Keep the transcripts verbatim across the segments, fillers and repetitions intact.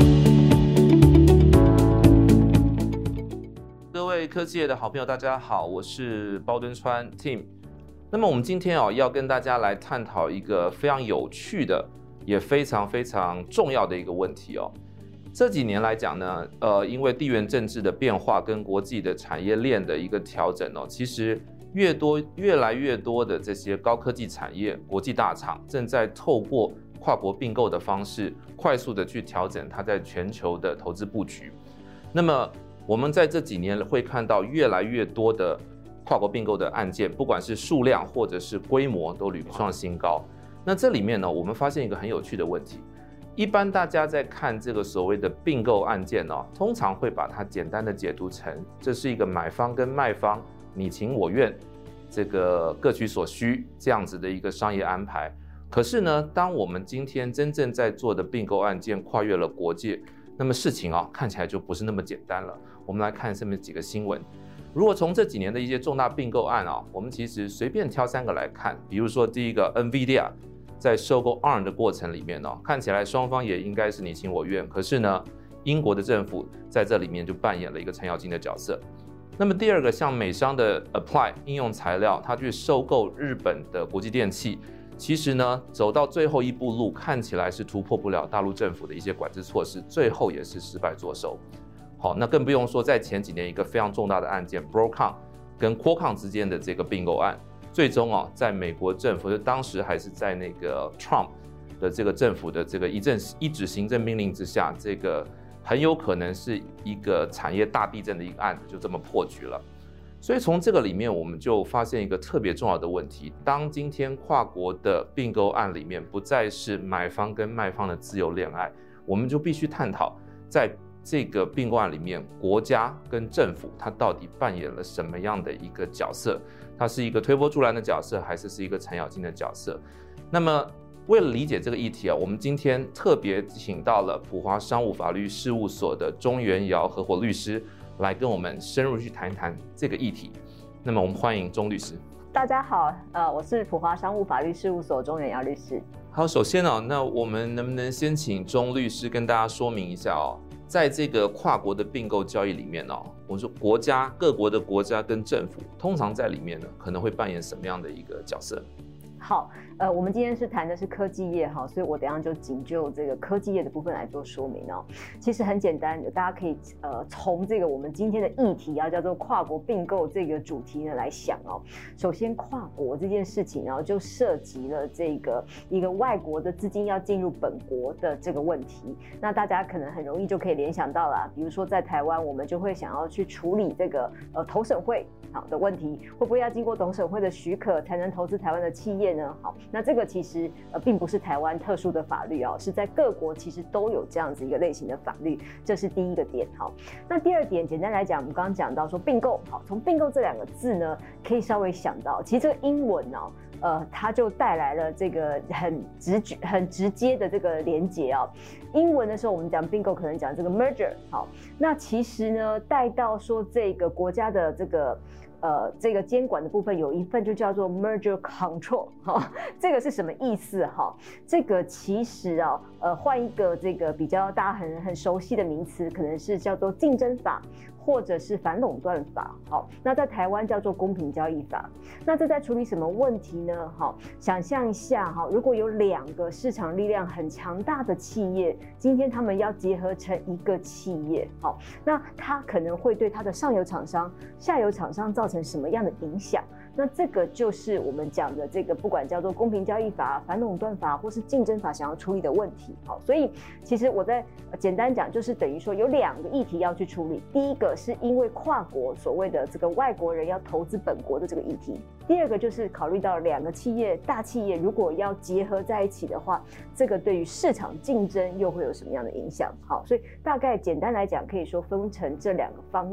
各位科技业的好朋友，大家好，我是包敦川 Tim。那么我们今天哦要跟大家来探讨一个非常有趣的，也非常非常重要的一个问题哦。这几年来讲呢，呃，因为地缘政治的变化跟国际的产业链的一个调整哦，其实越多越来越多的这些高科技产业、国际大厂正在透过跨国并购的方式，快速的去调整它在全球的投资布局。那么我们在这几年会看到越来越多的跨国并购的案件，不管是数量或者是规模都屡创新高。那这里面呢，我们发现一个很有趣的问题。一般大家在看这个所谓的并购案件呢、哦，通常会把它简单的解读成这是一个买方跟卖方你情我愿，这个各取所需这样子的一个商业安排。可是呢，当我们今天真正在做的并购案件跨越了国界，那么事情啊、哦、看起来就不是那么简单了。我们来看下面几个新闻。如果从这几年的一些重大并购案啊、哦，我们其实随便挑三个来看，比如说第一个 NVIDIA。在收购 A R M 的过程里面哦，看起来双方也应该是你情我愿。可是呢，英国的政府在这里面就扮演了一个程咬金的角色。那么第二个，像美商的 Apply 应用材料，它去收购日本的国际电器，其实呢，走到最后一步路，看起来是突破不了大陆政府的一些管制措施，最后也是失败作收。好，那更不用说在前几年一个非常重大的案件 Broadcom 跟 Qualcomm 之间的这个并购案。最终啊，在美国政府，就当时还是在那个 Trump 的这个政府的这个一阵一纸行政命令之下，这个很有可能是一个产业大地震的一个案子，就这么破局了。所以从这个里面，我们就发现一个特别重要的问题：当今天跨国的并购案里面不再是买方跟卖方的自由恋爱，我们就必须探讨在这个并购案里面，国家跟政府它到底扮演了什么样的一个角色？它是一个推波助澜的角色，还是是一个程咬金的角色？那么，为了理解这个议题啊，我们今天特别请到了普华商务法律事务所的钟元尧合伙律师来跟我们深入去谈一谈这个议题。那么，我们欢迎钟律师。 大家好，呃，我是普华商务法律事务所钟元尧律师。 好，首先啊，那我们能不能先请钟律师跟大家说明一下哦？在这个跨国的并购交易里面哦，我说国家各国的国家跟政府通常在里面呢，可能会扮演什么样的一个角色？ 好，呃，我们今天是谈的是科技业哈，所以我等一下就仅就这个科技业的部分来做说明哦。其实很简单，大家可以呃从这个我们今天的议题啊，叫做跨国并购这个主题呢来想哦。首先，跨国这件事情，然后就涉及了这个一个外国的资金要进入本国的这个问题。那大家可能很容易就可以联想到啦，比如说在台湾，我们就会想要去处理这个呃投审会好的问题，会不会要经过董审会的许可才能投资台湾的企业呢？好，那这个其实呃并不是台湾特殊的法律哦，是在各国其实都有这样子一个类型的法律，这是第一个点。好，那第二点，简单来讲，我们刚刚讲到说并购，好，从并购这两个字呢，可以稍微想到，其实这个英文哦。呃，它就带来了这个很直觉、很直接的这个连结哦。英文的时候，我们讲并购，可能讲这个 merger。好，那其实呢，带到说这个国家的这个呃这个监管的部分，有一份就叫做 merger control。哈，这个是什么意思？哈，这个其实啊，呃，换一个这个比较大家很很熟悉的名词，可能是叫做竞争法。或者是反垄断法，好，那在台湾叫做公平交易法。那这在处理什么问题呢？好，想象一下哈，如果有两个市场力量很强大的企业，今天他们要结合成一个企业，好，那它可能会对它的上游厂商、下游厂商造成什么样的影响？那这个就是我们讲的这个，不管叫做公平交易法、反垄断法，或是竞争法，想要处理的问题。好，所以其实我在简单讲，就是等于说有两个议题要去处理。第一个是因为跨国所谓的这个外国人要投资本国的这个议题，第二个就是考虑到两个企业、大企业如果要结合在一起的话，这个对于市场竞争又会有什么样的影响？好，所以大概简单来讲，可以说分成这两个方面。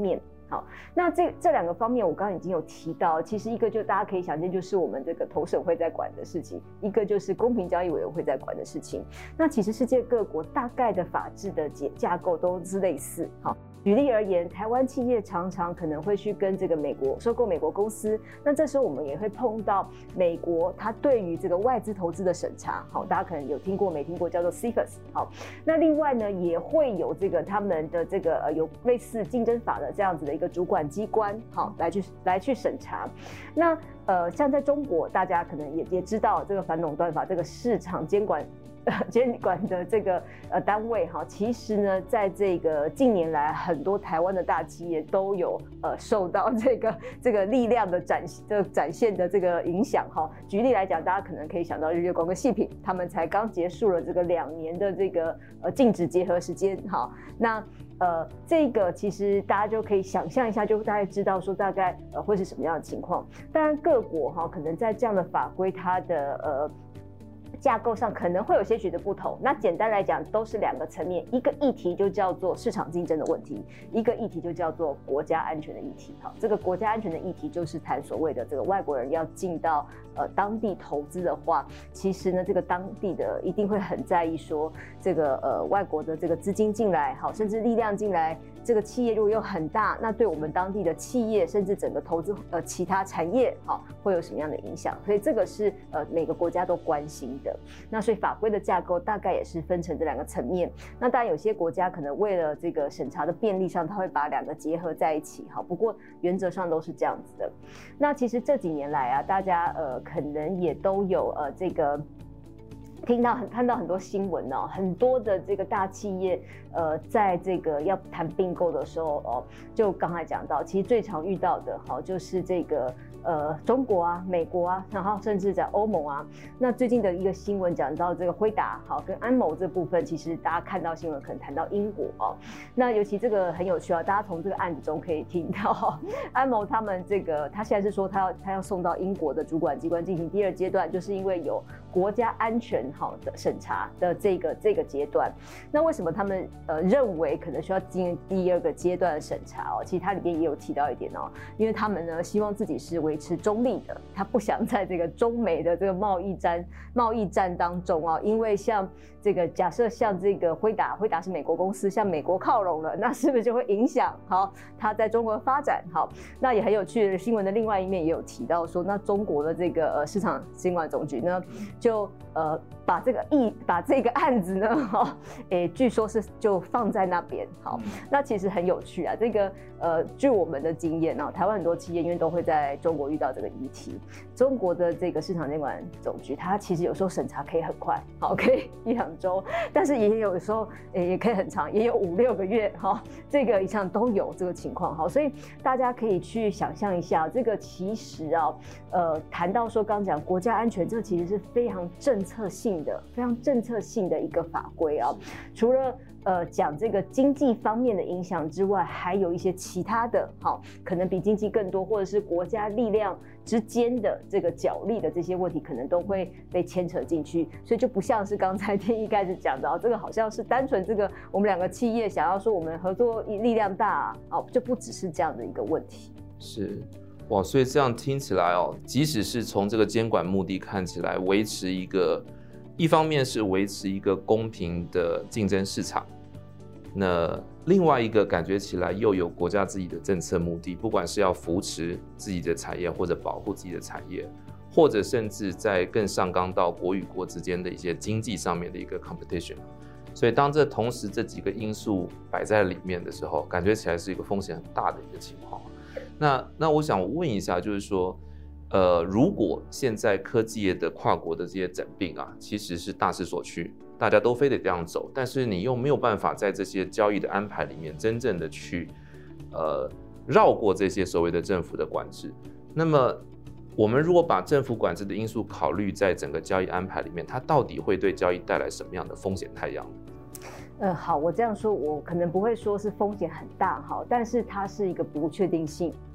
好，那这这两个方面我刚刚已经有提到，其实一个就大家可以想见，就是我们这个投审会在管的事情，一个就是公平交易委员会在管的事情。那其实世界各国大概的法制的架构都是类似。好，举例而言，台湾企业常常可能会去跟这个美国收购美国公司，那这时候我们也会碰到美国它对于这个外资投资的审查。好，大家可能有听过没听过，叫做 C F I U S。好，那另外呢也会有这个他们的这个呃有类似竞争法的这样子的一个主管机关，好来去来去审查。那呃像在中国，大家可能也也知道这个反垄断法这个市场监管。监管的这个呃单位哈，其实呢，在这个近年来，很多台湾的大企业都有呃受到这个这个力量的展的展现的这个影响哈。举例来讲，大家可能可以想到日月光跟矽品，他们才刚结束了这个两年的这个呃禁止结合时间哈。那呃这个其实大家就可以想象一下，就大概知道说大概呃会是什么样的情况。当然各国哈可能在这样的法规它的呃。架构上可能会有些许的不同，那简单来讲都是两个层面，一个议题就叫做市场竞争的问题，一个议题就叫做国家安全的议题。好，这个国家安全的议题就是谈所谓的这个外国人要进到呃当地投资的话，其实呢这个当地的一定会很在意说这个呃外国的这个资金进来，好，甚至力量进来，这个企业如果又很大，那对我们当地的企业甚至整个投资呃其他产业好会有什么样的影响？所以这个是呃每个国家都关心的。那所以法规的架构大概也是分成这两个层面。那当然有些国家可能为了这个审查的便利上，它会把两个结合在一起。好，不过原则上都是这样子的。那其实这几年来啊，大家呃可能也都有呃这个。听到很看到很多新闻哦，很多的这个大企业，呃，在这个要谈并购的时候哦，就刚才讲到，其实最常遇到的，好就是这个呃中国啊、美国啊，然后甚至在欧盟啊。那最近的一个新闻讲到这个辉达好跟安谋这部分，其实大家看到新闻可能谈到英国哦。那尤其这个很有趣啊，大家从这个案子中可以听到，安谋他们这个他现在是说他要他要送到英国的主管机关进行第二阶段，就是因为有国家安全。好的审查的这个这个阶段，那为什么他们呃认为可能需要进行第二个阶段的审查哦？其实它里面也有提到一点哦，因为他们呢希望自己是维持中立的，他不想在这个中美的这个贸易战贸易战当中哦，因为像这个假设像这个辉达，辉达是美国公司，向美国靠拢了，那是不是就会影响好它在中国的发展？好，那也很有趣的新闻的另外一面也有提到说，那中国的这个呃市场监管总局呢就呃。把这个议把这个案子呢，哈、哦，诶，据说是就放在那边。好，那其实很有趣啊。这个呃，据我们的经验啊，台湾很多企业因为都会在中国遇到这个议题，中国的这个市场监管总局，它其实有时候审查可以很快，好，可以一两周，但是也有时候诶也可以很长，也有五六个月，哈、哦，这个以上都有这个情况。好，所以大家可以去想象一下，这个其实啊，呃，谈到说刚讲国家安全，这个其实是非常政策性。非常政策性的一个法规啊，除了呃讲这个经济方面的影响之外，还有一些其他的，好，可能比经济更多，或者是国家力量之间的这个角力的这些问题，可能都会被牵扯进去，所以就不像是刚才天一开始讲的，这个好像是单纯这个我们两个企业想要说我们合作力量大啊，就不只是这样的一个问题。 是。哇，所以这样听起来哦，即使是从这个监管目的看起来，维持一个。一方面是维持一个公平的竞争市场，那另外一个感觉起来又有国家自己的政策目的，不管是要扶持自己的产业，或者保护自己的产业，或者甚至在更上纲到国与国之间的一些经济上面的一个 competition。所以当这同时这几个因素摆在里面的时候，感觉起来是一个风险很大的一个情况。那那我想问一下，就是说。呃，如果现在科技业的跨国的这些整并啊，其实是大势所趋，大家都非得这样走，但是你又没有办法在这些交易的安排里面真正的去呃绕过这些所谓的政府的管制，那么我们如果把政府管制的因素考虑在整个交易安排里面，它到底会对交易带来什么样的风险太阳？ 呃，好，我这样说，我可能不会说是风险很大，好，但是它是一个不确定性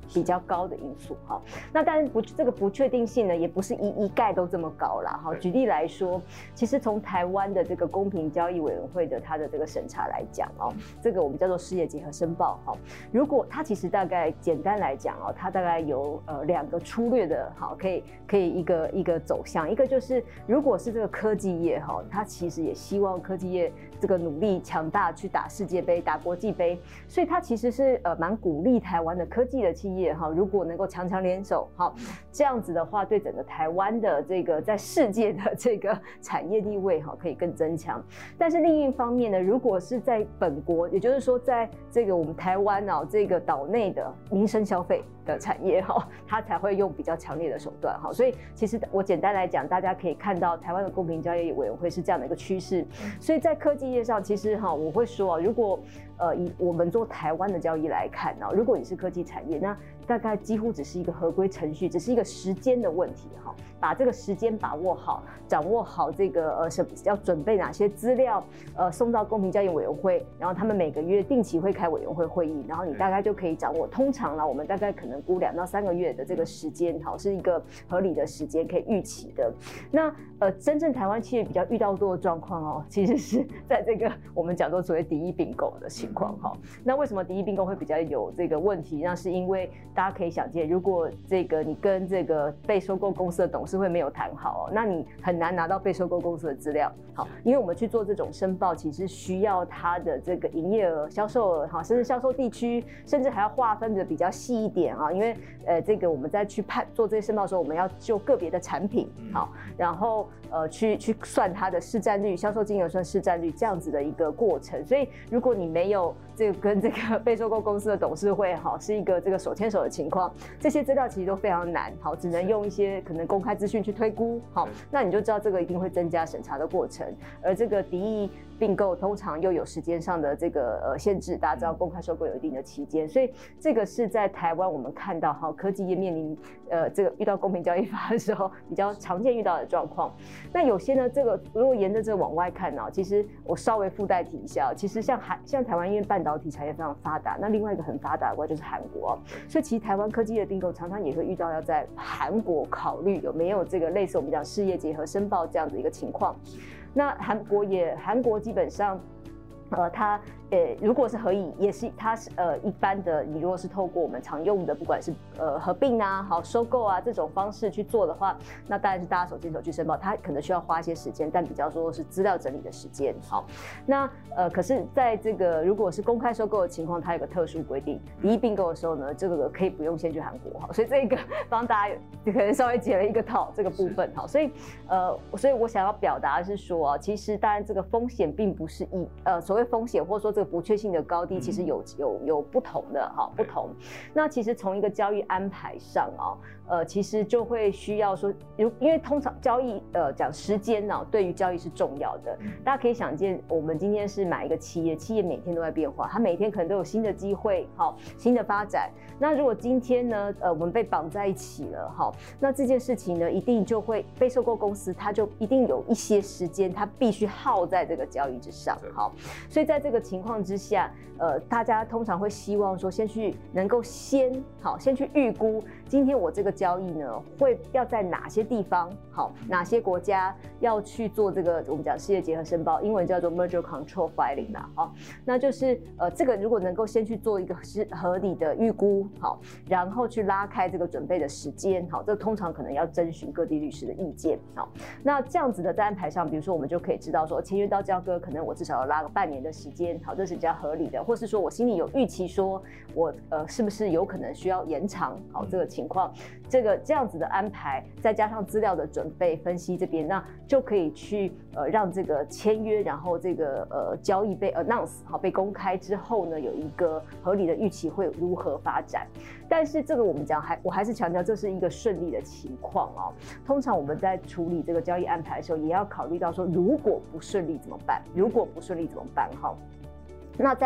比较高的因素哈。那当然不，这个不确定性呢，也不是一一概都这么高啦哈。举例来说，其实从台湾的这个公平交易委员会的它的这个审查来讲哦，这个我们叫做事业结合申报哈。如果它其实大概简单来讲哦，它大概有呃两个粗略的哈，可以可以一个一个走向，一个就是如果是这个科技业哈，它其实也希望科技业这个努力强大去打世界杯、打国际杯，所以它其实是呃蛮鼓励台湾的科技的企业哈，如果能够强强联手哈，这样子的话，对整个台湾的这个在世界的这个产业地位哈可以更增强。但是另一方面呢，如果是在本国，也就是说在这个我们台湾啊这个岛内的民生消费的产业哈，它才会用比较强烈的手段哈。所以其实我简单来讲，大家可以看到台湾的公平交易委员会是这样的一个趋势。所以在科技业上，其实哈我会说啊，如果呃以我们做台湾的交易来看呢，如果你是科技产业，那大概几乎只是一个合规程序，只是一个时间的问题哈。把这个时间把握好，掌握好这个呃什要准备哪些资料，呃送到公平交易委员会，然后他们每个月定期会开委员会会议，然后你大概就可以掌握。通常呢，我们大概可能估两到三个月的这个时间，好是一个合理的时间可以预期的。那呃真正台湾企业比较遇到多的状况哦，其实是在这个我们讲做所谓敌意并购的情况哈。那为什么敌意并购会比较有这个问题？那是因为大家可以想见，如果这个你跟这个被收购公司的董事会没有谈好哦，那你很难拿到被收购公司的资料。好，因为我们去做这种申报，其实需要它的这个营业额、销售额，哈，甚至销售地区，甚至还要划分的比较细一点啊。因为呃，这个我们在去判做这些申报的时候，我们要就个别的产品，好，然后呃去去算它的市占率、销售金额算市占率这样子的一个过程。所以如果你没有这个跟这个被收购公司的董事会哈是一个这个手牵手的情况，这些资料其实都非常难，好，只能用一些可能公开资讯去推估，好，那你就知道这个一定会增加审查的过程，而这个敌意并购通常又有时间上的这个呃限制，大家知道公开收购有一定的期间，所以这个是在台湾我们看到哈科技业面临呃这个遇到公平交易法的时候比较常见遇到的状况。那有些呢，这个如果沿着这个往外看呢，其实我稍微附带提一下，其实像韩像台湾因为半导体产业非常发达，那另外一个很发达的国家就是韩国，所以其实台湾科技的并购常常也会遇到要在韩国考虑有没有这个类似我们讲事业结合申报这样的一个情况。那韩国也韩国基本上，呃，它呃如果是合意，也是它是呃一般的，你如果是透过我们常用的，不管是呃合并啊、好收购啊这种方式去做的话，那当然是大家手牵手去申报，它可能需要花一些时间，但比较说是资料整理的时间。好，那呃可是在这个如果是公开收购的情况，它有个特殊规定，敌意并购的时候呢，这个可以不用先去韩国，好，所以这个帮大家可能稍微解了一个套这个部分，好，所以呃所以我想要表达的是说啊，其实当然这个风险并不是以呃所谓风险或者说这个不确性的高低，其实有有有不同的哈不同。那其实从一个交易安排上啊，呃，其实就会需要说，因为通常交易呃讲时间呢、啊，对于交易是重要的。大家可以想见，我们今天是买一个企业，企业每天都在变化，它每天可能都有新的机会，好，新的发展。那如果今天呢，呃，我们被绑在一起了，好，那这件事情呢，一定就会被收购公司，它就一定有一些时间，它必须耗在这个交易之上，好，所以在这个情况之下，呃，大家通常会希望说，先去能够先好，先去预估今天我这个交易呢，会要在哪些地方，好，哪些国家要去做这个我们讲事业结合申报，英文叫做 merger control filing 啦，好，那就是呃，这个如果能够先去做一个是合理的预估，好，然后去拉开这个准备的时间，好，这通常可能要征询各地律师的意见，好，那这样子的在安排上，比如说我们就可以知道说，签约到交割可能我至少要拉个半年的时间，好，这是比较合理的，或是说我心里有预期说我呃是不是有可能需要延长，好，这个情况，这个这样子的安排，再加上资料的准备分析这边，那就可以去呃让这个签约，然后这个呃交易被 announce 好被公开之后呢，有一个合理的预期会如何发展。但是这个我们讲还我还是强调这是一个顺利的情况哦。通常我们在处理这个交易安排的时候，也要考虑到说，如果不顺利怎么办？如果不顺利怎么办？哈。那在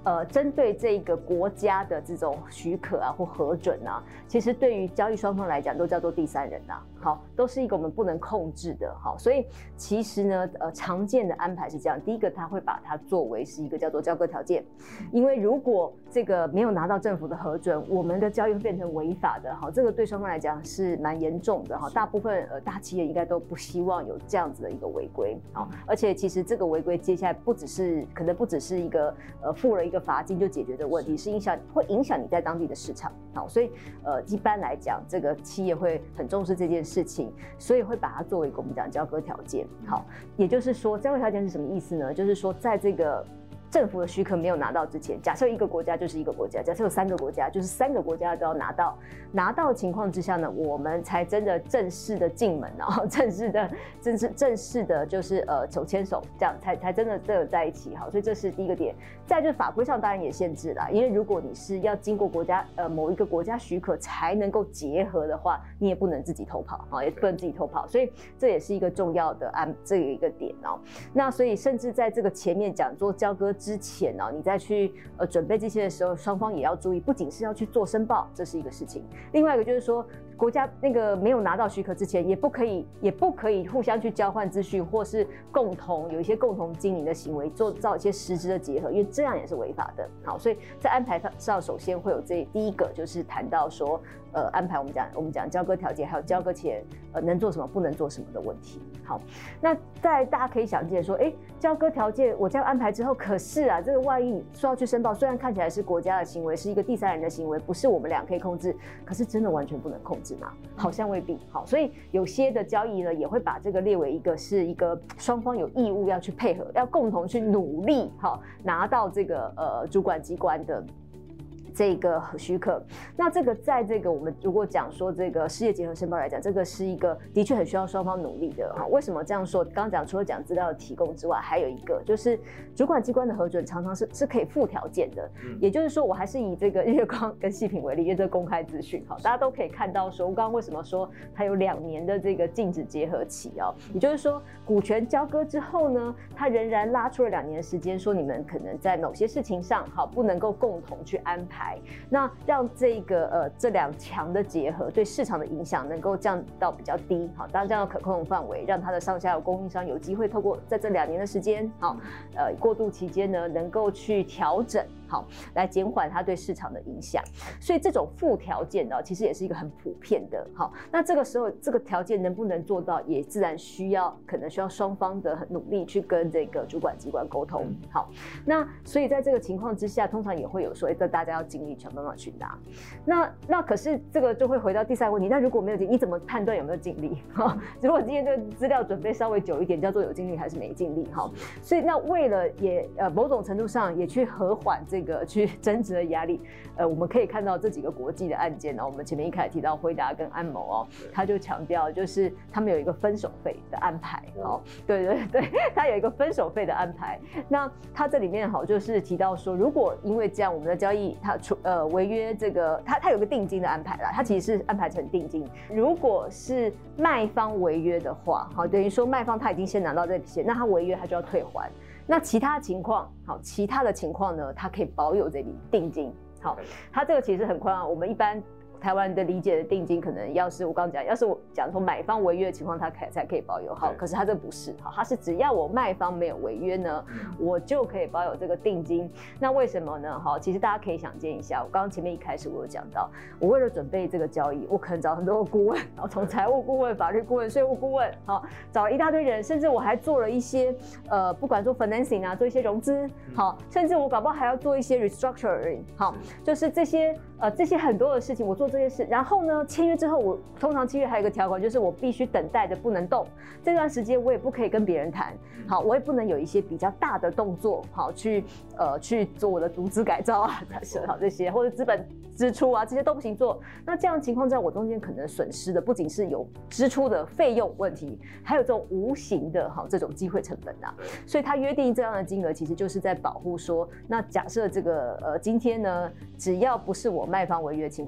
呃，针对这个国家的这种许可啊或核准啊，其实对于交易双方来讲都叫做第三人啊，好，都是一个我们不能控制的，好，所以其实呢，呃，常见的安排是这样，第一个他会把它作为是一个叫做交割条件，因为如果这个没有拿到政府的核准，我们的交易会变成违法的，好，这个对双方来讲是蛮严重的，哈，大部分呃大企业应该都不希望有这样子的一个违规，好，而且其实这个违规接下来不只是可能不只是一个呃付了一个罚金就解决的问题，是影响会影响你在当地的市场，好，所以呃一般来讲，这个企业会很重视这件事情，所以会把它作为一个我们讲交割条件，好，也就是说交割条件是什么意思呢？就是说在这个政府的许可没有拿到之前，假设一个国家就是一个国家，假设有三个国家，就是三个国家都要拿到，拿到的情况之下呢，我们才真的正式的进门啊，正式的、正式、正式的，就是呃手牵手这样，才才真的这个在一起，好，所以这是第一个点。再就是法规上当然也限制啦，因为如果你是要经过国家呃某一个国家许可才能够结合的话，你也不能自己偷跑啊，也不能自己偷跑，所以这也是一个重要的安这一个点哦。那所以甚至在这个前面讲做交割之前呢、哦，你再去呃准备这些的时候，双方也要注意，不仅是要去做申报，这是一个事情。另外一个就是说，国家那个没有拿到许可之前，也不可以也不可以互相去交换资讯，或是共同有一些共同经营的行为，做造一些实质的结合，因为这样也是违法的。好，所以在安排上，首先会有这第一个就是谈到说，呃，安排我们讲我们讲交割条件，还有交割前呃能做什么不能做什么的问题。好，那在大家可以想见说，哎，交割条件我这样安排之后，可是啊，这个万一说要去申报，虽然看起来是国家的行为，是一个第三人的行为，不是我们俩可以控制，可是真的完全不能控制吗？好像未必。好，所以有些的交易呢，也会把这个列为一个是一个双方有义务要去配合，要共同去努力，好拿到这个呃主管机关的这个许可。那这个在这个我们如果讲说这个事业结合申报来讲，这个是一个的确很需要双方努力的。为什么这样说？刚刚讲除了讲资料的提供之外，还有一个就是主管机关的核准常常是是可以附条件的。嗯、也就是说，我还是以这个日月光跟细品为例，因为这公开资讯，好，大家都可以看到说，我刚刚为什么说它有两年的这个禁止结合期哦？也就是说，股权交割之后呢，它仍然拉出了两年的时间，说你们可能在某些事情上，好不能够共同去安排。那让这个呃这两强的结合对市场的影响能够降到比较低，好，当然降到可控范围，让它的上下游供应商有机会透过在这两年的时间，好，呃过渡期间呢，能够去调整。好，来减缓它对市场的影响，所以这种附条件呢，其实也是一个很普遍的。好，那这个时候这个条件能不能做到，也自然需要可能需要双方的很努力去跟这个主管机关沟通。好，那所以在这个情况之下，通常也会有说，这大家要尽力想办法去拿。那那可是这个就会回到第三个问题，那如果没有尽力，你怎么判断有没有尽力？哈，如果今天这个资料准备稍微久一点，叫做有尽力还是没尽力？哈，所以那为了也呃某种程度上也去和缓这。这个去争执的压力，呃，我们可以看到这几个国际的案件呢、哦。我们前面一开始提到辉达跟安谋哦，他就强调就是他们有一个分手费的安排哦，对对对，他有一个分手费的安排。那他这里面好就是提到说，如果因为这样我们的交易他出呃违约这个，他他有个定金的安排啦，他其实是安排成定金。如果是卖方违约的话，好，等于说卖方他已经先拿到这笔钱，那他违约他就要退还。那其他情况，好，其他的情况呢，它可以保有这笔定金。好，它这个其实很宽啊。我们一般台湾的理解的定金，可能要是我刚刚讲，要是我讲说买方违约的情况，它可才可以保有。好，可是它这不是，好，它是只要我卖方没有违约呢，我就可以保有这个定金。那为什么呢？好，其实大家可以想见一下，我刚刚前面一开始我有讲到，我为了准备这个交易，我可能找很多顾问，然后从财务顾问、法律顾问、税务顾问，好，找了一大堆人，甚至我还做了一些呃，不管做 financing 啊，做一些融资，好，甚至我搞不好还要做一些 restructuring， 好，就是这些呃这些很多的事情，我做这些事，然后呢，签约之后，我通常签约还有一个条款，就是我必须等待着不能动，这段时间我也不可以跟别人谈，好，我也不能有一些比较大的动作，好，去呃去做我的组织改造啊，好这些或者资本支出啊，这些都不行做。那这样的情况在我中间可能损失的不仅是有支出的费用问题，还有这种无形的哈这种机会成本啊。所以他约定这样的金额，其实就是在保护说，那假设这个呃今天呢，只要不是我卖方违约的情况，我就可以。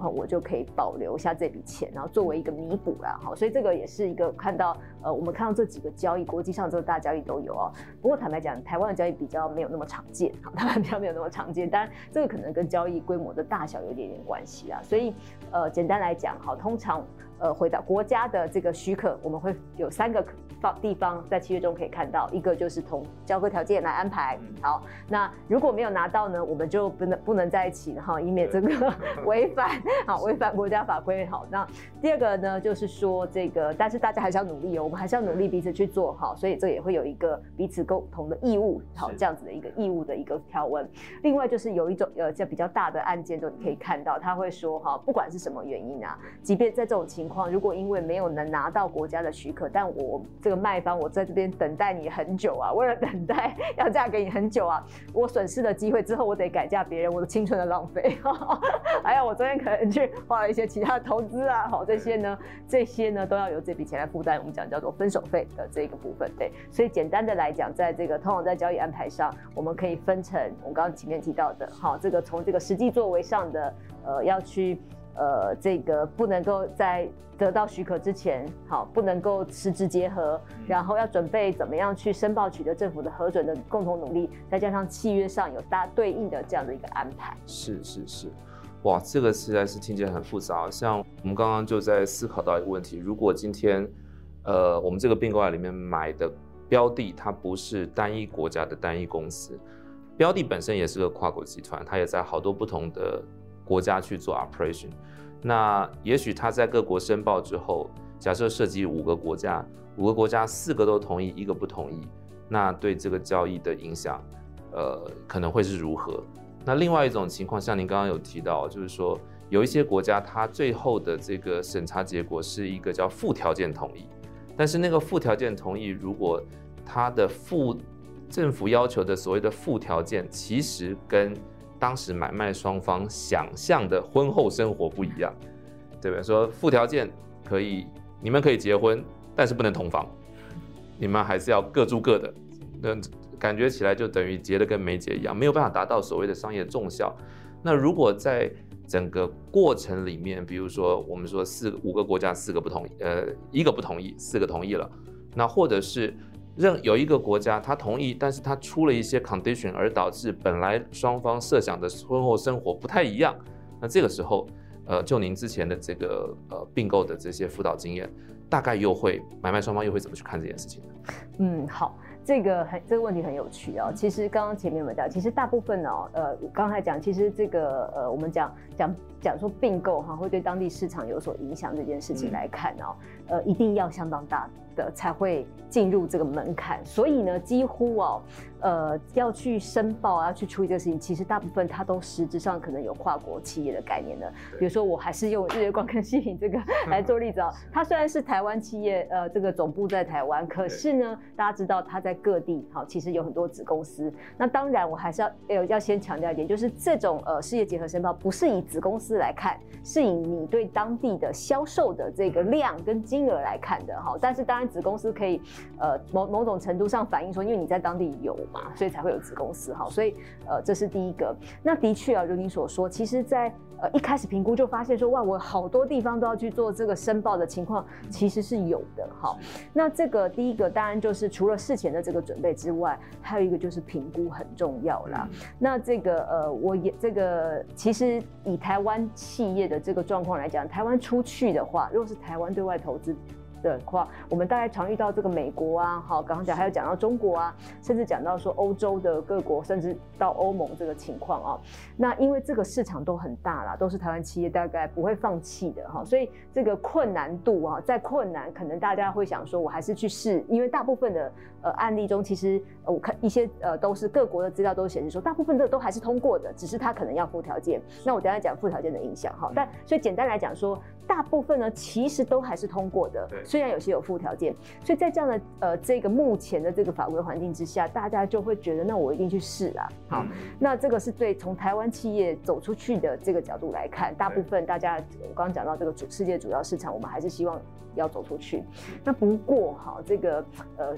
可以保留下这笔钱，然后作为一个弥补啦。好，所以这个也是一个看到呃，我们看到这几个交易，国际上这个大交易都有哦。不过坦白讲，台湾的交易比较没有那么常见，好，台湾比较没有那么常见。当然，这个可能跟交易规模的大小有一点点关系啦。所以呃，简单来讲，好，通常呃回到国家的这个许可，我们会有三个地方在契约中可以看到，一个就是从交割条件来安排。好，那如果没有拿到呢，我们就不能不能在一起哈，以免这个违反好违反国家法规。好，那第二个呢，就是说这个，但是大家还是要努力哦，我们还是要努力彼此去做好，所以这也会有一个彼此沟通的义务，好，这样子的一个义务的一个条文。另外就是有一种呃，这比较大的案件，就你可以看到他会说哈，不管是什么原因啊，即便在这种情况，如果因为没有能拿到国家的许可，但我这个卖方我在这边等待你很久啊，为了等待要嫁给你很久啊，我损失了机会之后，我得改嫁别人，我的青春的浪费，还有我昨天可能去花了一些其他的投资啊，好，这些呢，这些呢都要由这笔钱来负担，我们讲叫做分手费的这个部分，对，所以简单的来讲，在这个通常在交易安排上，我们可以分成我刚刚前面提到的，好，这个从这个实际作为上的，呃，要去。呃，这个不能够在得到许可之前，好，不能够实质结合，然后要准备怎么样去申报取得政府的核准的共同努力，再加上契约上有大对应的这样的一个安排。 是是是，哇，这个实在是听起来很复杂。像我们刚刚就在思考到一个问题：如果今天，呃，我们这个并购案里面买的标的，它不是单一国家的单一公司，标的本身也是个跨国集团，它也在好多不同的国家去做 operation， 那也许他在各国申报之后，假设涉及五个国家，五个国家四个都同意，一个不同意，那对这个交易的影响，呃，可能会是如何？那另外一种情况，像您刚刚有提到，就是说有一些国家，它最后的这个审查结果是一个叫附条件同意，但是那个附条件同意，如果它的附政府要求的所谓的附条件，其实跟当时买卖双方想象的婚后生活不一样，对不对？说附条件可以，你们可以结婚，但是不能同房，你们还是要各住各的，那感觉起来就等于结的跟没结一样，没有办法达到所谓的商业重效。那如果在整个过程里面，比如说我们说四五个国家四个不同意，呃，一个不同意，四个同意了，那或者是任有一个国家他同意，但是他出了一些 condition， 而导致本来双方设想的婚后生活不太一样。那这个时候，呃，就您之前的这个呃并购的这些辅导经验，大概又会买卖双方又会怎么去看这件事情呢？ 嗯，好。这个很这个问题很有趣哦。其实刚刚前面我们讲，其实大部分哦，呃，刚才讲，其实这个呃，我们讲讲讲说并购哈，会对当地市场有所影响这件事情来看哦，呃，一定要相当大的才会进入这个门槛。所以呢，几乎哦，呃，要去申报要去处理这个事情，其实大部分它都实质上可能有跨国企业的概念的。比如说，我还是用日月光跟西影这个来做例子哦，它虽然是台湾企业，呃，这个总部在台湾，可是呢，大家知道它在各地好，其实有很多子公司。那当然，我还是要要要先强调一点，就是这种呃事业结合申报不是以子公司来看，是以你对当地的销售的这个量跟金额来看的哈。但是当然，子公司可以呃某某种程度上反映说，因为你在当地有嘛，所以才会有子公司哈。所以呃这是第一个。那的确啊，如您所说，其实在呃一开始评估就发现说，哇，我好多地方都要去做这个申报的情况，其实是有的哈。那这个第一个当然就是除了事前的这个准备之外，还有一个就是评估很重要啦。嗯、那这个呃，我也这个其实以台湾企业的这个状况来讲，台湾出去的话，如果是台湾对外投资的话，我们大概常遇到这个美国啊，好，刚刚讲还有讲到中国啊，甚至讲到说欧洲的各国，甚至到欧盟这个情况啊。那因为这个市场都很大啦，都是台湾企业大概不会放弃的哈，所以这个困难度啊，再困难，可能大家会想说，我还是去试，因为大部分的呃案例中，其实呃我看一些呃都是各国的资料都显示说，大部分的都还是通过的，只是它可能要附条件。那我等一下讲附条件的影响哈，但所以简单来讲说，大部分呢其实都还是通过的。虽然有些有附条件，所以在这样的呃这个目前的这个法规环境之下，大家就会觉得那我一定去试啦。好，嗯、那这个是对从台湾企业走出去的这个角度来看，大部分大家我刚刚讲到这个主世界主要市场，我们还是希望要走出去。那不过哈，这个呃台湾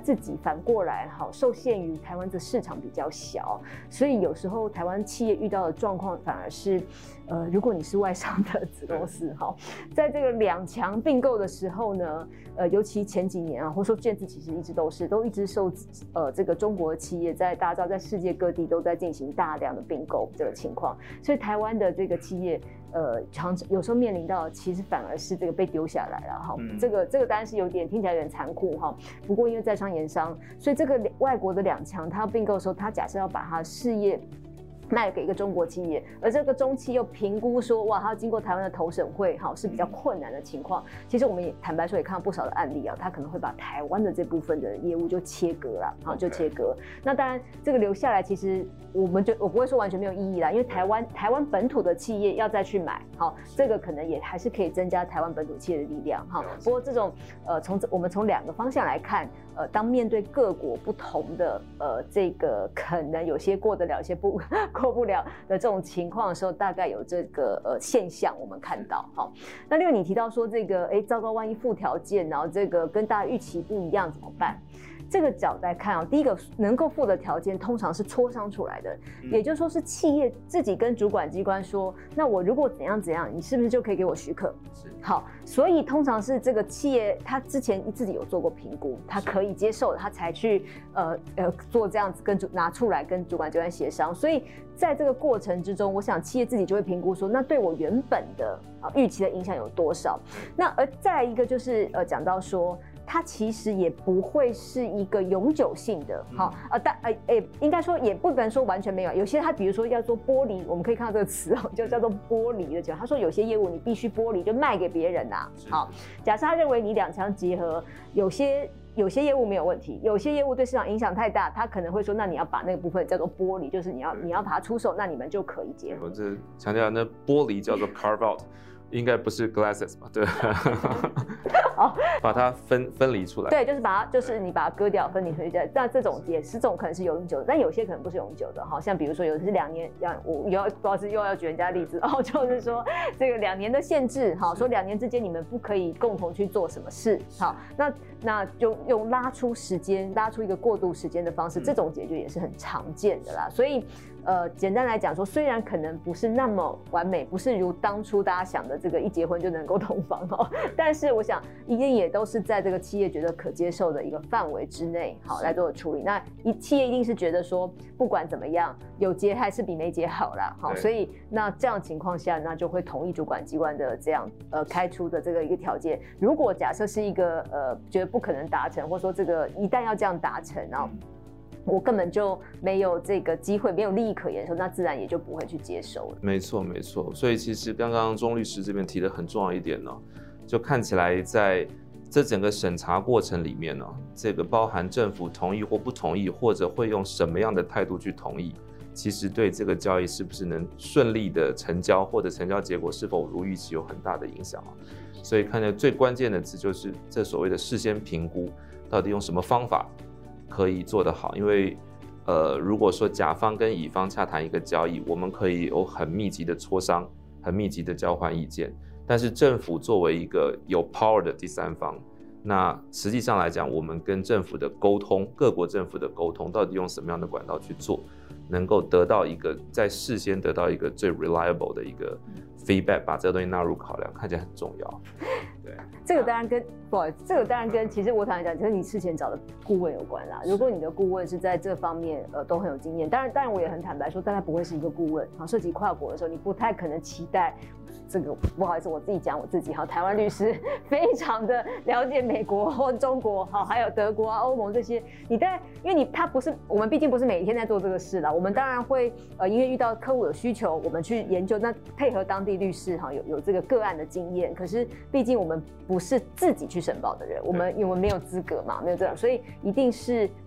自己反过来好受限于台湾的市场比较小，所以有时候台湾企业遇到的状况反而是，呃，如果你是外商的子公司哈，在这个两强并购的时候呢，呃，尤其前几年啊，或者说建制其实一直都是都一直受呃这个中国的企业在大家知道在世界各地都在进行大量的并购这个情况，所以台湾的这个企业。呃，常有时候面临到，其实反而是这个被丢下来了哈、嗯。这个这个当然是有点听起来有点残酷哈。不过因为在商言商，所以这个外国的两强，他要并购的时候，他假设要把他的事业卖给一个中国企业，而这个中企又评估说，哇，它要经过台湾的投审会，哈，是比较困难的情况。其实我们也坦白说，也看到不少的案例啊，他可能会把台湾的这部分的业务就切割了，好，就切割。那当然，这个留下来，其实我们就我不会说完全没有意义啦，因为台湾台湾本土的企业要再去买，好，这个可能也还是可以增加台湾本土企业的力量，哈。不过这种呃，从我们从两个方向来看，呃，当面对各国不同的呃这个可能有些过得了，有些不。过不了的这种情况的时候，大概有这个呃现象，我们看到哈。那另外你提到说这个，哎，糟糕，万一附条件，然后这个跟大家预期不一样怎么办？这个角度来看啊，第一个能够附的条件通常是磋商出来的，嗯、也就是说是企业自己跟主管机关说，那我如果怎样怎样，你是不是就可以给我许可？是好，所以通常是这个企业他之前自己有做过评估，他可以接受的，他才去呃呃做这样子跟主拿出来跟主管机关协商。所以在这个过程之中，我想企业自己就会评估说，那对我原本的啊预期的影响有多少？那而再一个就是呃讲到说。它其实也不会是一个永久性的，好、嗯，呃，但呃，哎，应该说也不能说完全没有。有些它比如说要做剥离，我们可以看到这个词哦，就叫做剥离的讲。他说有些业务你必须剥离，就卖给别人呐、啊。好，假设他认为你两强结合，有些有些业务没有问题，有些业务对市场影响太大，他可能会说，那你要把那个部分叫做剥离，就是你要你要把它出售，那你们就可以结合。 我这强调那剥离叫做 carve out。应该不是 glasses 吧？对，好，把它分分离出来。 对，就是把它，就是你把它割掉，分离出来。那这种也是这种可能是永久的，但有些可能不是永久的。好像比如说有的是两年，两我又不好意思又要举人家例子哦，就是说这个两年的限制，好，说两年之间你们不可以共同去做什么事，好，那那就用拉出时间，拉出一个过渡时间的方式，这种解决也是很常见的啦。所以。呃，简单来讲说，虽然可能不是那么完美，不是如当初大家想的这个一结婚就能够同房哦，但是我想一定也都是在这个企业觉得可接受的一个范围之内，好来做处理。那一企业一定是觉得说，不管怎么样，有结还是比没结好啦，好，所以那这样情况下，那就会同意主管机关的这样呃开出的这个一个条件。如果假设是一个呃觉得不可能达成，或者说这个一旦要这样达成，然后。我根本就没有这个机会，没有利益可言的时候，那自然也就不会去接受了。 没错，没错。所以其实刚刚钟律师这边提的很重要一点呢、哦，就看起来在这整个审查过程里面呢、哦，这个包含政府同意或不同意，或者会用什么样的态度去同意，其实对这个交易是不是能顺利的成交，或者成交结果是否如预期有很大的影响啊。所以看见最关键的字就是这所谓的事先评估，到底用什么方法。可以做得好，因为，呃，如果说甲方跟乙方洽谈一个交易，我们可以有很密集的磋商，很密集的交换意见。但是政府作为一个有 power 的第三方，那实际上来讲，我们跟政府的沟通，各国政府的沟通，到底用什么样的管道去做，能够得到一个在事先得到一个最 reliable 的一个 feedback， 把这个东西纳入考量，看起来很重要。对， 这个当然跟不好意思，这个当然跟其实我坦白讲，跟你事前找的顾问有关啦。如果你的顾问是在这方面呃都很有经验，当然当然我也很坦白说，大概不会是一个顾问。好，涉及跨国的时候，你不太可能期待。这个不好意思，我自己讲我自己哈，台湾律师非常的了解美国或中国，好，还有德国啊、欧盟这些。你当然，因为你他不是我们，毕竟不是每天在做这个事啦。我们当然会呃，因为遇到客户有需求，我们去研究，那配合当地律师哈，有有这个个案的经验。可是毕竟我们不是自己去申报的人，我们因为我们没有资格嘛，没有这样，所以一定是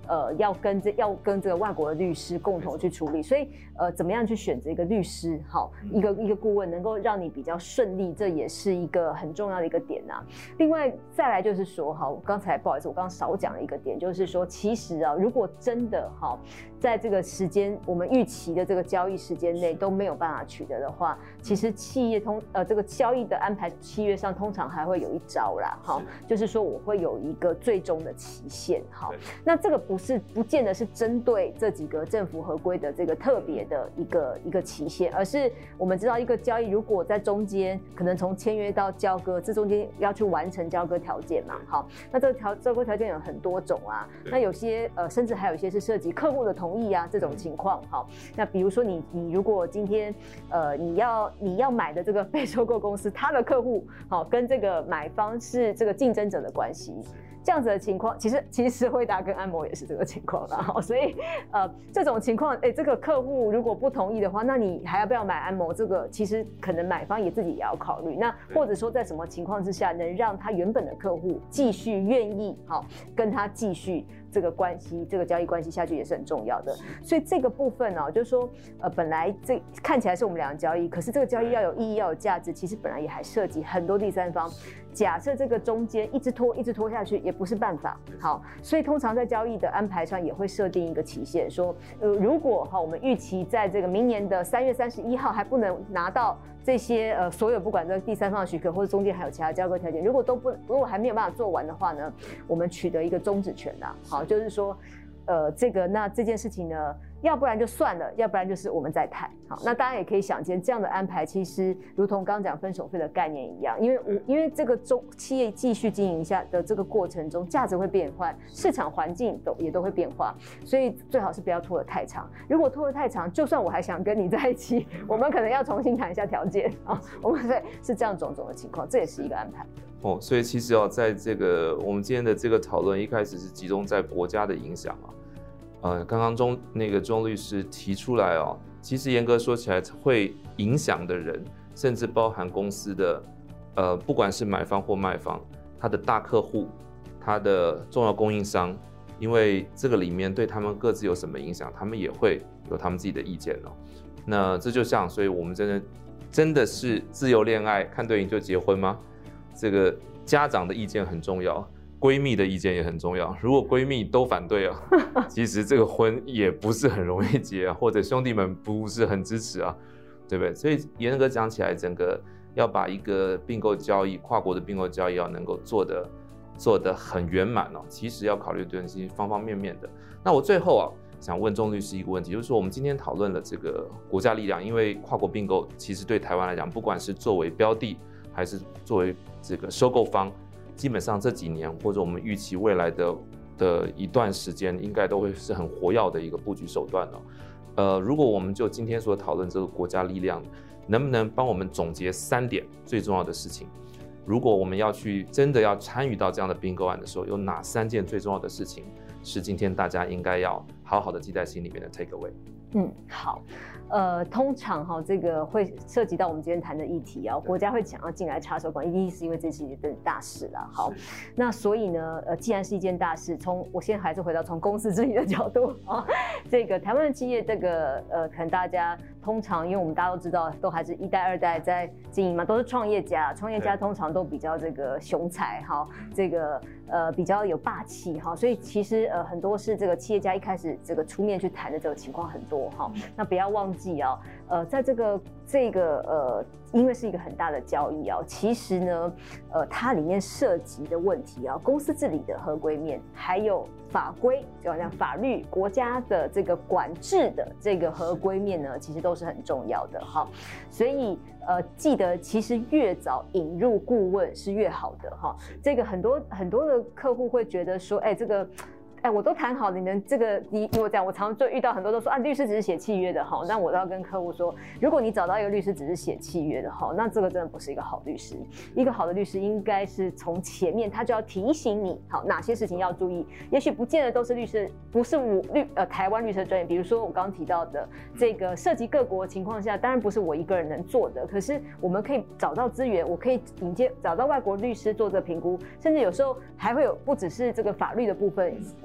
呃要跟这要跟这个外国的律师共同去处理，所以呃怎么样去选择一个律师，好一个一个顾问能够让你比较顺利，这也是一个很重要的一个点啊。另外再来就是说，好，我刚才不好意思，我刚刚少讲了一个点，就是说其实啊，如果真的好在这个时间我们预期的这个交易时间内都没有办法取得的话，其实企业通呃这个交易的安排契约上通常还会有一招啦，好，就是说我会有一个最终的期限，好，那这个不是不见得是针对这几个政府合规的这个特别的一个一个期限，而是我们知道一个交易如果在中间可能从签约到交割，这中间要去完成交割条件嘛，好，那这个条交割条件有很多种啊，那有些呃甚至还有一些是涉及客户的同意啊这种情况，好，那比如说你你如果今天呃你要你要买的这个被收购公司，它的客户好跟这个买方是这个竞争者的关系。这样子的情况，其实其实惠达跟安谋也是这个情况啦，所以呃这种情况，哎，这个客户如果不同意的话，那你还要不要买安谋？这个其实可能买方也自己也要考虑。那或者说在什么情况之下，能让他原本的客户继续愿意好跟他继续这个关系，这个交易关系下去也是很重要的。所以这个部分呢、哦，就是说呃本来这看起来是我们两个交易，可是这个交易要有意义，要有价值，其实本来也还涉及很多第三方。假设这个中间一直拖一直拖下去也不是办法，好，所以通常在交易的安排上也会设定一个期限，说呃如果哈我们预期在这个明年的三月三十一号还不能拿到这些呃所有不管这第三方的许可或者中间还有其他交割条件，如果都不如果还没有办法做完的话呢，我们取得一个终止权啦，好，就是说呃这个那这件事情呢。要不然就算了，要不然就是我们再谈。好，那大家也可以想见，这样的安排其实如同刚刚讲分手费的概念一样，因为我因为这个中企业继续经营下的这个过程中，价值会变换，市场环境都也都会变化，所以最好是不要拖得太长。如果拖得太长，就算我还想跟你在一起，我们可能要重新谈一下条件啊。我们对是这样种种的情况，这也是一个安排。 哦，所以其实哦，在这个我们今天的这个讨论一开始是集中在国家的影响啊。呃，刚刚钟那个钟律师提出来哦，其实严格说起来，会影响的人，甚至包含公司的，呃，不管是买方或卖方，他的大客户，他的重要供应商，因为这个里面对他们各自有什么影响，他们也会有他们自己的意见哦。那这就像，所以我们真的真的是自由恋爱，看对眼就结婚吗？这个家长的意见很重要。闺蜜的意见也很重要，如果闺蜜都反对啊，其实这个婚也不是很容易结啊，或者兄弟们不是很支持啊，对不对？所以严格讲起来，整个要把一个并购交易、跨国的并购交易要能够做得做得很圆满哦，其实要考虑的东西方方面面的。那我最后啊，想问钟律师一个问题，就是说我们今天讨论了这个国家力量，因为跨国并购其实对台湾来讲，不管是作为标的还是作为这个收购方。基本上这几年，或者我们预期未来的的一段时间，应该都会是很活跃的一个布局手段了。呃，如果我们就今天所讨论这个国家力量，能不能帮我们总结三点最重要的事情？如果我们要去真的要参与到这样的并购案的时候，有哪三件最重要的事情是今天大家应该要好好的记在心里面的 take away？ 嗯，好。呃，通常哈，这个会涉及到我们今天谈的议题啊，国家会想要进来插手管，一定是因为这是一件大事啦。好，那所以呢，呃，既然是一件大事，从我先还是回到从公司治理的角度啊，这个台湾的企业，这个呃，可能大家通常，因为我们大家都知道，都还是一代、二代在经营嘛，都是创业家，创业家通常都比较这个雄才哈，这个呃比较有霸气哈，所以其实呃很多是这个企业家一开始这个出面去谈的这个情况很多哈，那不要忘记。啊，呃，在这个这个呃，因为是一个很大的交易啊，其实呢，呃，它里面涉及的问题啊，公司治理的合规面，还有法规，就好像法律、国家的这个管制的这个合规面呢，其实都是很重要的哈。所以呃，记得其实越早引入顾问是越好的哈。这个很多很多的客户会觉得说，哎，这个。哎，我都谈好了，你们这个你我讲，我常常就遇到很多都说啊，律师只是写契约的哈，那我都要跟客户说，如果你找到一个律师只是写契约的哈，那这个真的不是一个好律师。一个好的律师应该是从前面他就要提醒你，好哪些事情要注意，也许不见得都是律师，不是我律呃台湾律师的专业，比如说我刚刚提到的这个涉及各国的情况下，当然不是我一个人能做的，可是我们可以找到资源，我可以引荐找到外国律师做这个评估，甚至有时候还会有不只是这个法律的部分。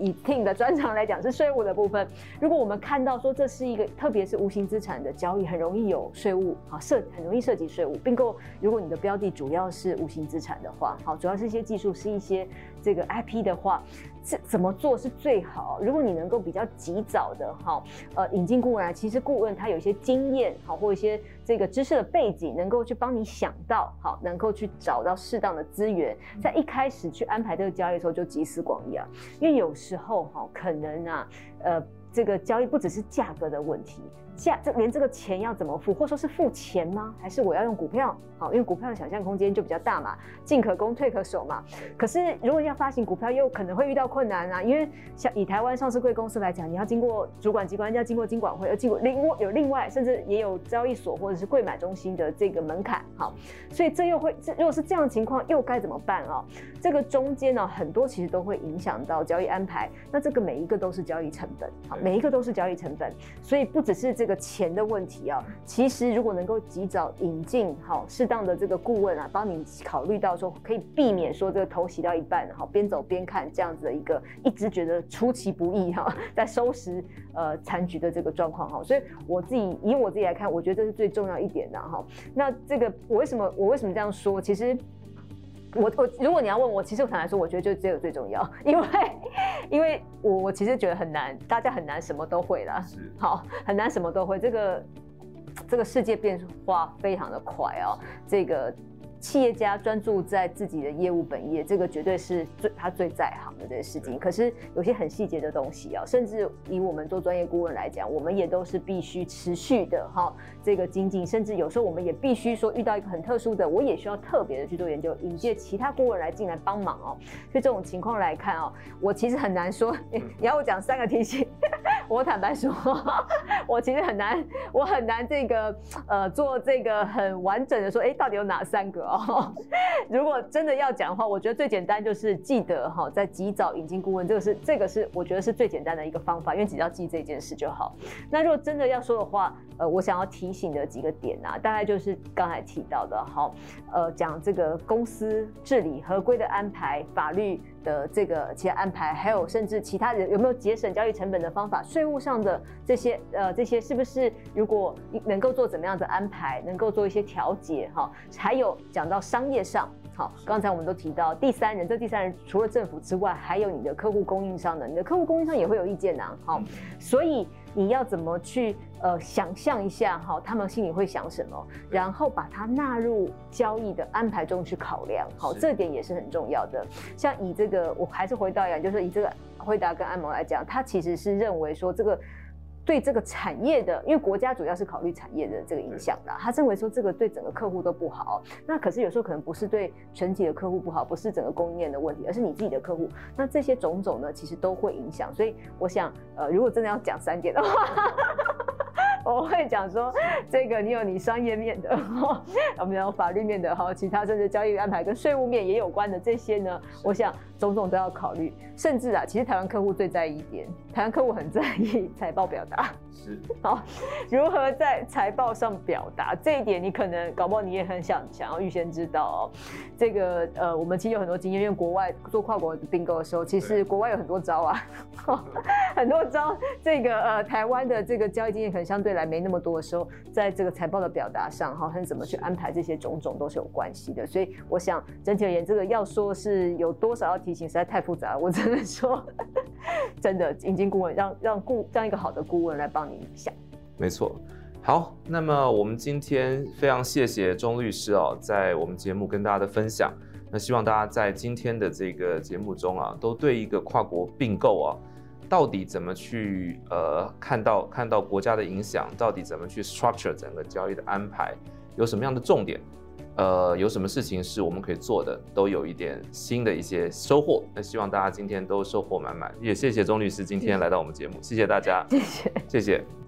以 Tim 的专长来讲是税务的部分。如果我们看到说这是一个，特别是无形资产的交易，很容易有税务好涉，很容易涉及税务，并购如果你的标的主要是无形资产的话，好，主要是一些技术，是一些这个 I P 的话，这怎么做是最好？如果你能够比较及早的哈，呃，引进顾问来，其实顾问他有一些经验好，或一些这个知识的背景，能够去帮你想到好，能够去找到适当的资源，在一开始去安排这个交易的时候就集思广益啊，因为有时候哈，可能啊，呃。这个交易不只是价格的问题，价这连这个钱要怎么付，或者说是付钱吗？还是我要用股票？好，因为股票的想象空间就比较大嘛，进可攻退可守嘛。可是如果要发行股票，又可能会遇到困难啊，因为像以台湾上市贵公司来讲，你要经过主管机关，要经过金管会，要经过另外有另外，甚至也有交易所或者是柜买中心的这个门槛。好，所以这又会，如果是这样的情况，又该怎么办啊？这个中间呢，很多其实都会影响到交易安排。那这个每一个都是交易成本，好，每一个都是交易成本，所以不只是这个钱的问题啊。其实如果能够及早引进好适当的这个顾问啊，帮你考虑到说可以避免说这个头洗到一半，好边走边看这样子的一个一直觉得出其不意哈，在收拾呃残局的这个状况哈。所以我自己以我自己来看，我觉得这是最重要一点的哈。那这个我为什么我为什么这样说？其实。我我如果你要问我，其实我坦白说，我觉得就这个最重要，因为因为我我其实觉得很难，大家很难什么都会啦，好，很难什么都会，这个这个世界变化非常的快哦，这个。企业家专注在自己的业务本业，这个绝对是最他最在行的这些事情。可是有些很细节的东西啊，甚至以我们做专业顾问来讲，我们也都是必须持续的哈这个精进，甚至有时候我们也必须说遇到一个很特殊的，我也需要特别的去做研究，引荐其他顾问来进来帮忙哦。所以这种情况来看哦，我其实很难说，你要我讲三个提醒，我坦白说，我其实很难，我很难这个呃做这个很完整的说，哎，到底有哪三个哦？如果真的要讲的话，我觉得最简单就是记得哈，在及早引进顾问，这个是这个是我觉得是最简单的一个方法，因为只要记这件事就好。那如果真的要说的话，呃，我想要提醒的几个点啊，大概就是刚才提到的，哈，呃，讲这个公司治理合规的安排，法律的这个其他安排，还有甚至其他人有没有节省交易成本的方法，税务上的这些呃这些是不是如果能够做怎么样的安排，能够做一些调节哈，还有讲到商业上。好，刚才我们都提到第三人，这第三人除了政府之外，还有你的客户供应商的，你的客户供应商也会有意见啊。好，所以你要怎么去呃想象一下哈，他们心里会想什么，然后把它纳入交易的安排中去考量。好，这点也是很重要的。像以这个，我还是回到一样，就是以这个辉达跟安谋来讲，他其实是认为说这个。对这个产业的，因为国家主要是考虑产业的这个影响啦，他认为说这个对整个客户都不好。那可是有时候可能不是对全体的客户不好，不是整个供应链的问题，而是你自己的客户。那这些种种呢，其实都会影响。所以我想，呃，如果真的要讲三点的话。我会讲说，这个你有你商业面的，我们有法律面的，哈，其他甚至交易安排跟税务面也有关的这些呢，我想种种都要考虑。甚至啊，其实台湾客户最在意一点，台湾客户很在意财报表达， 是好，如何在财报上表达这一点，你可能搞不好你也很想想要预先知道哦。这个呃，我们其实有很多经验，因为国外做跨国并购的时候，其实国外有很多招啊，很多招。这个呃，台湾的这个交易经验可能相对来没那么多的时候，在这个财报的表达上，哈，和怎么去安排这些种种都是有关系的。所以我想整体而言，这个要说是有多少要提醒，实在太复杂了。我只能说，真的引进顾问，让让顾让一个好的顾问来帮你想。 没错。好，那么我们今天非常谢谢钟律师哦，在我们节目跟大家的分享。那希望大家在今天的这个节目中啊，都对一个跨国并购啊，到底怎么去呃看到看到国家的影响，到底怎么去 structure 整个交易的安排，有什么样的重点，呃，有什么事情是我们可以做的，都有一点新的一些收获。那希望大家今天都收获满满，也谢谢钟律师今天来到我们节目，谢谢大家， 谢谢， 谢谢。